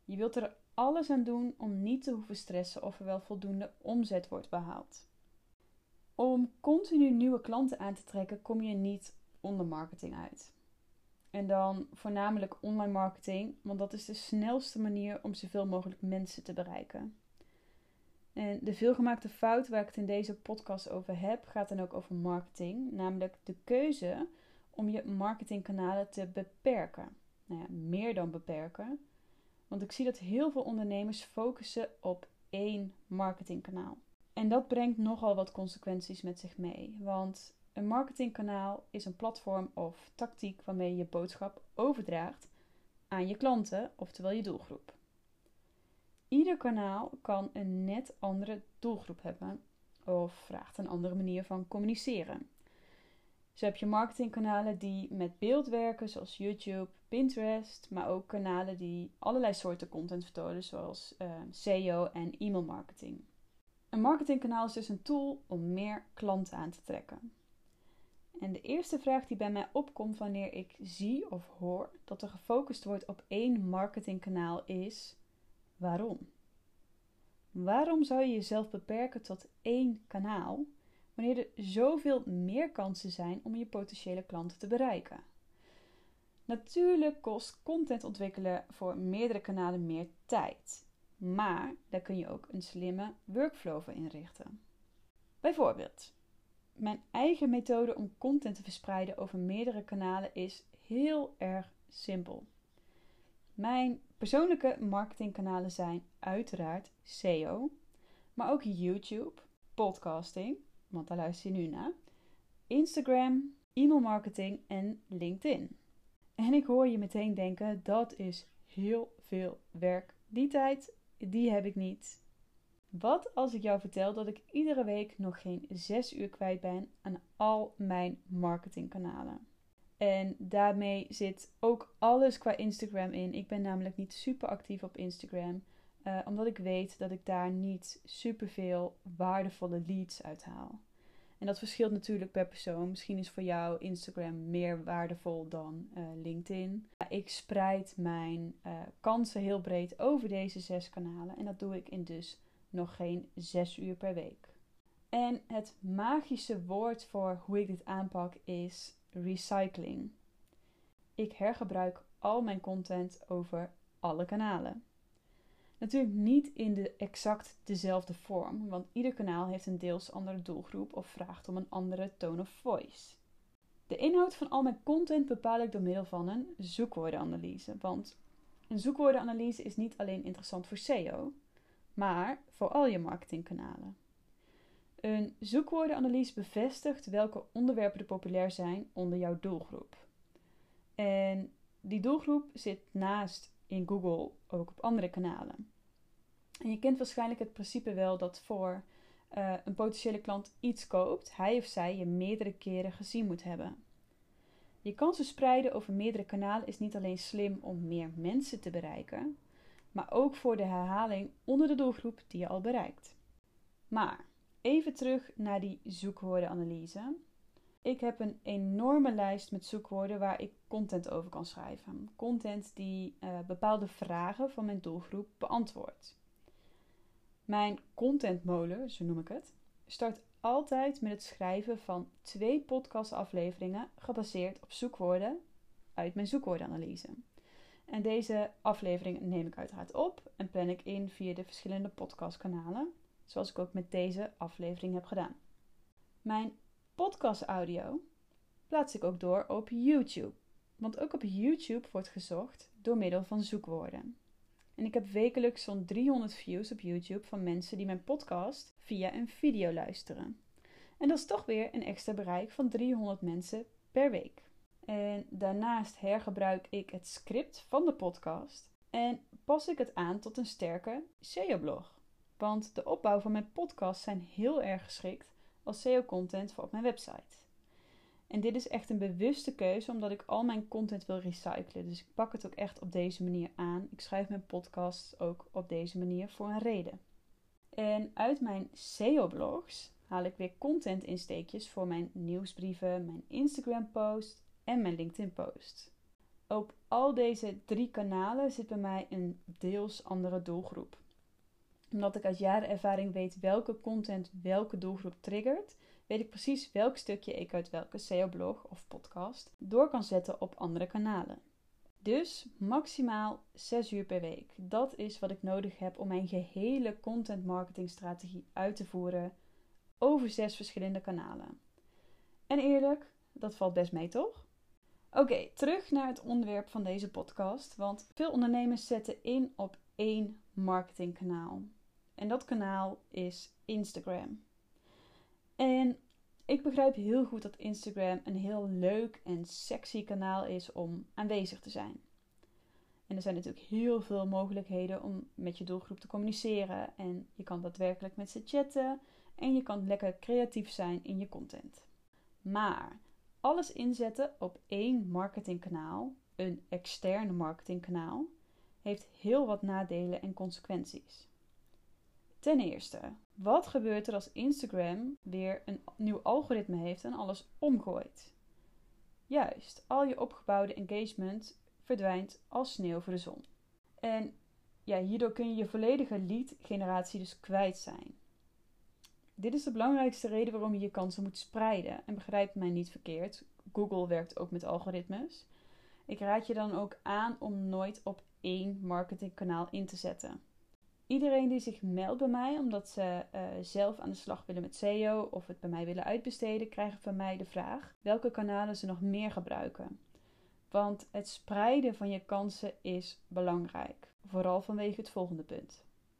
Je wilt er alles aan doen om niet te hoeven stressen of er wel voldoende omzet wordt behaald. Om continu nieuwe klanten aan te trekken kom je niet onder marketing uit. En dan voornamelijk online marketing, want dat is de snelste manier om zoveel mogelijk mensen te bereiken. En de veelgemaakte fout waar ik het in deze podcast over heb, gaat dan ook over marketing. Namelijk de keuze om je marketingkanalen te beperken. Nou ja, meer dan beperken. Want ik zie dat heel veel ondernemers focussen op één marketingkanaal. En dat brengt nogal wat consequenties met zich mee. Want een marketingkanaal is een platform of tactiek waarmee je je boodschap overdraagt aan je klanten, oftewel je doelgroep. Ieder kanaal kan een net andere doelgroep hebben of vraagt een andere manier van communiceren. Zo heb je marketingkanalen die met beeld werken, zoals YouTube, Pinterest, maar ook kanalen die allerlei soorten content vertonen, zoals SEO en e-mailmarketing. Een marketingkanaal is dus een tool om meer klanten aan te trekken. En de eerste vraag die bij mij opkomt wanneer ik zie of hoor dat er gefocust wordt op één marketingkanaal is: waarom? Waarom zou je jezelf beperken tot één kanaal wanneer er zoveel meer kansen zijn om je potentiële klanten te bereiken? Natuurlijk kost content ontwikkelen voor meerdere kanalen meer tijd, maar daar kun je ook een slimme workflow voor inrichten. Bijvoorbeeld, mijn eigen methode om content te verspreiden over meerdere kanalen is heel erg simpel. Mijn persoonlijke marketingkanalen zijn uiteraard SEO, maar ook YouTube, podcasting, want daar luister je nu naar, Instagram, e-mailmarketing en LinkedIn. En ik hoor je meteen denken, dat is heel veel werk. Die tijd, die heb ik niet. Wat als ik jou vertel dat ik iedere week nog geen 6 uur kwijt ben aan al mijn marketingkanalen? En daarmee zit ook alles qua Instagram in. Ik ben namelijk niet super actief op Instagram, omdat ik weet dat ik daar niet superveel waardevolle leads uithaal. En dat verschilt natuurlijk per persoon. Misschien is voor jou Instagram meer waardevol dan LinkedIn. Ik spreid mijn kansen heel breed over deze 6 kanalen. En dat doe ik in dus nog geen 6 uur per week. En het magische woord voor hoe ik dit aanpak is recycling. Ik hergebruik al mijn content over alle kanalen. Natuurlijk niet in de exact dezelfde vorm, want ieder kanaal heeft een deels andere doelgroep of vraagt om een andere tone of voice. De inhoud van al mijn content bepaal ik door middel van een zoekwoordenanalyse, want een zoekwoordenanalyse is niet alleen interessant voor SEO, maar voor al je marketingkanalen. Een zoekwoordenanalyse bevestigt welke onderwerpen er populair zijn onder jouw doelgroep. En die doelgroep zit naast in Google ook op andere kanalen. En je kent waarschijnlijk het principe wel dat voor een potentiële klant iets koopt, hij of zij je meerdere keren gezien moet hebben. Je kansen spreiden over meerdere kanalen is niet alleen slim om meer mensen te bereiken, maar ook voor de herhaling onder de doelgroep die je al bereikt. Maar even terug naar die zoekwoordenanalyse. Ik heb een enorme lijst met zoekwoorden waar ik content over kan schrijven. Content die bepaalde vragen van mijn doelgroep beantwoordt. Mijn contentmolen, zo noem ik het, start altijd met het schrijven van 2 podcastafleveringen gebaseerd op zoekwoorden uit mijn zoekwoordenanalyse. En deze afleveringen neem ik uiteraard op en plan ik in via de verschillende podcastkanalen, zoals ik ook met deze aflevering heb gedaan. Mijn podcast-audio plaats ik ook door op YouTube, want ook op YouTube wordt gezocht door middel van zoekwoorden. En ik heb wekelijks zo'n 300 views op YouTube van mensen die mijn podcast via een video luisteren. En dat is toch weer een extra bereik van 300 mensen per week. En daarnaast hergebruik ik het script van de podcast en pas ik het aan tot een sterke SEO-blog. Want de opbouw van mijn podcast zijn heel erg geschikt als SEO-content voor op mijn website. En dit is echt een bewuste keuze omdat ik al mijn content wil recyclen. Dus ik pak het ook echt op deze manier aan. Ik schrijf mijn podcast ook op deze manier voor een reden. En uit mijn SEO-blogs haal ik weer content-insteekjes voor mijn nieuwsbrieven, mijn Instagram-post en mijn LinkedIn-post. Op al deze 3 kanalen zit bij mij een deels andere doelgroep. Omdat ik uit jarenervaring weet welke content welke doelgroep triggert, weet ik precies welk stukje ik uit welke SEO-blog of podcast door kan zetten op andere kanalen. Dus maximaal 6 uur per week. Dat is wat ik nodig heb om mijn gehele content marketing strategie uit te voeren over 6 verschillende kanalen. En eerlijk, dat valt best mee, toch? Oké, terug naar het onderwerp van deze podcast, want veel ondernemers zetten in op 1 marketingkanaal. En dat kanaal is Instagram. En ik begrijp heel goed dat Instagram een heel leuk en sexy kanaal is om aanwezig te zijn. En er zijn natuurlijk heel veel mogelijkheden om met je doelgroep te communiceren. En je kan daadwerkelijk met ze chatten en je kan lekker creatief zijn in je content. Maar alles inzetten op 1 marketingkanaal, een externe marketingkanaal, heeft heel wat nadelen en consequenties. Ten eerste, wat gebeurt er als Instagram weer een nieuw algoritme heeft en alles omgooit? Juist, al je opgebouwde engagement verdwijnt als sneeuw voor de zon. En ja, hierdoor kun je je volledige lead generatie dus kwijt zijn. Dit is de belangrijkste reden waarom je je kansen moet spreiden. En begrijp mij niet verkeerd, Google werkt ook met algoritmes. Ik raad je dan ook aan om nooit op 1 marketingkanaal in te zetten. Iedereen die zich meldt bij mij omdat ze zelf aan de slag willen met SEO of het bij mij willen uitbesteden, krijgen van mij de vraag welke kanalen ze nog meer gebruiken. Want het spreiden van je kansen is belangrijk, vooral vanwege het volgende punt.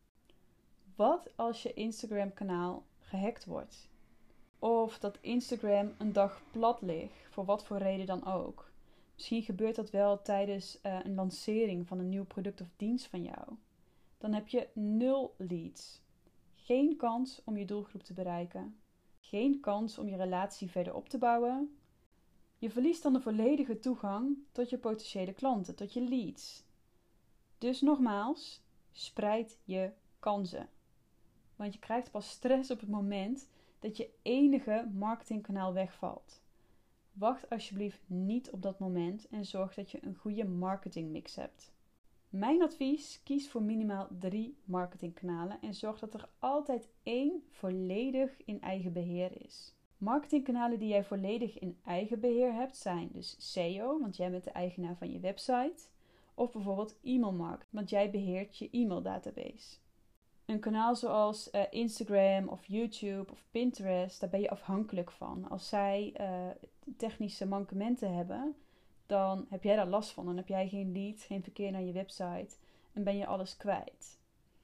Wat als je Instagram kanaal gehackt wordt? Of dat Instagram een dag plat ligt, voor wat voor reden dan ook. Misschien gebeurt dat wel tijdens een lancering van een nieuw product of dienst van jou. Dan heb je 0 leads. Geen kans om je doelgroep te bereiken. Geen kans om je relatie verder op te bouwen. Je verliest dan de volledige toegang tot je potentiële klanten, tot je leads. Dus nogmaals, spreid je kansen. Want je krijgt pas stress op het moment dat je enige marketingkanaal wegvalt. Wacht alsjeblieft niet op dat moment en zorg dat je een goede marketingmix hebt. Mijn advies, kies voor minimaal 3 marketingkanalen en zorg dat er altijd 1 volledig in eigen beheer is. Marketingkanalen die jij volledig in eigen beheer hebt zijn dus SEO, want jij bent de eigenaar van je website. Of bijvoorbeeld e-mailmarketing, want jij beheert je e-maildatabase. Een kanaal zoals Instagram of YouTube of Pinterest, daar ben je afhankelijk van. Als zij technische mankementen hebben, dan heb jij daar last van. Dan heb jij geen leads, geen verkeer naar je website en ben je alles kwijt.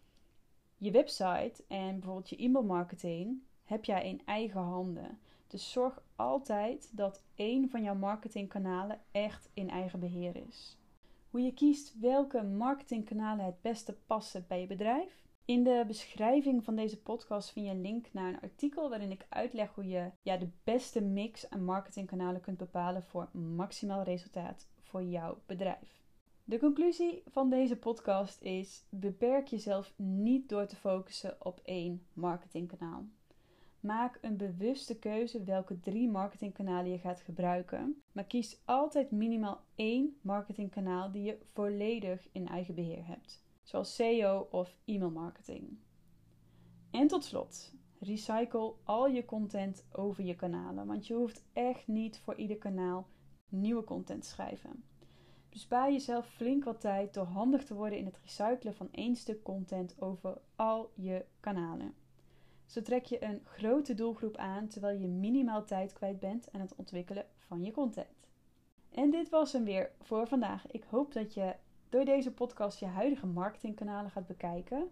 Je website en bijvoorbeeld je e-mailmarketing heb jij in eigen handen. Dus zorg altijd dat 1 van jouw marketingkanalen echt in eigen beheer is. Hoe je kiest welke marketingkanalen het beste passen bij je bedrijf? In de beschrijving van deze podcast vind je een link naar een artikel waarin ik uitleg hoe je de beste mix aan marketingkanalen kunt bepalen voor maximaal resultaat voor jouw bedrijf. De conclusie van deze podcast is: beperk jezelf niet door te focussen op 1 marketingkanaal. Maak een bewuste keuze welke 3 marketingkanalen je gaat gebruiken, maar kies altijd minimaal 1 marketingkanaal die je volledig in eigen beheer hebt, zoals SEO of e-mailmarketing. En tot slot, recycle al je content over je kanalen, want je hoeft echt niet voor ieder kanaal nieuwe content te schrijven. Bespaar jezelf flink wat tijd door handig te worden in het recyclen van 1 stuk content over al je kanalen. Zo trek je een grote doelgroep aan terwijl je minimaal tijd kwijt bent aan het ontwikkelen van je content. En dit was hem weer voor vandaag. Ik hoop dat je door deze podcast je huidige marketingkanalen gaat bekijken.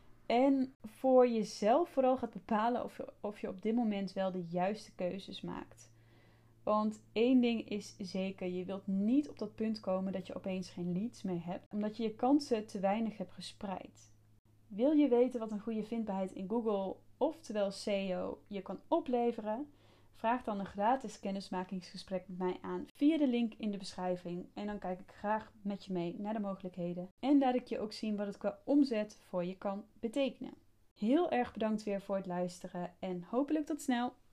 En voor jezelf vooral gaat bepalen of je op dit moment wel de juiste keuzes maakt. Want 1 ding is zeker, je wilt niet op dat punt komen dat je opeens geen leads meer hebt, omdat je je kansen te weinig hebt gespreid. Wil je weten wat een goede vindbaarheid in Google, oftewel SEO, je kan opleveren? Vraag dan een gratis kennismakingsgesprek met mij aan via de link in de beschrijving. En dan kijk ik graag met je mee naar de mogelijkheden. En laat ik je ook zien wat het qua omzet voor je kan betekenen. Heel erg bedankt weer voor het luisteren en hopelijk tot snel!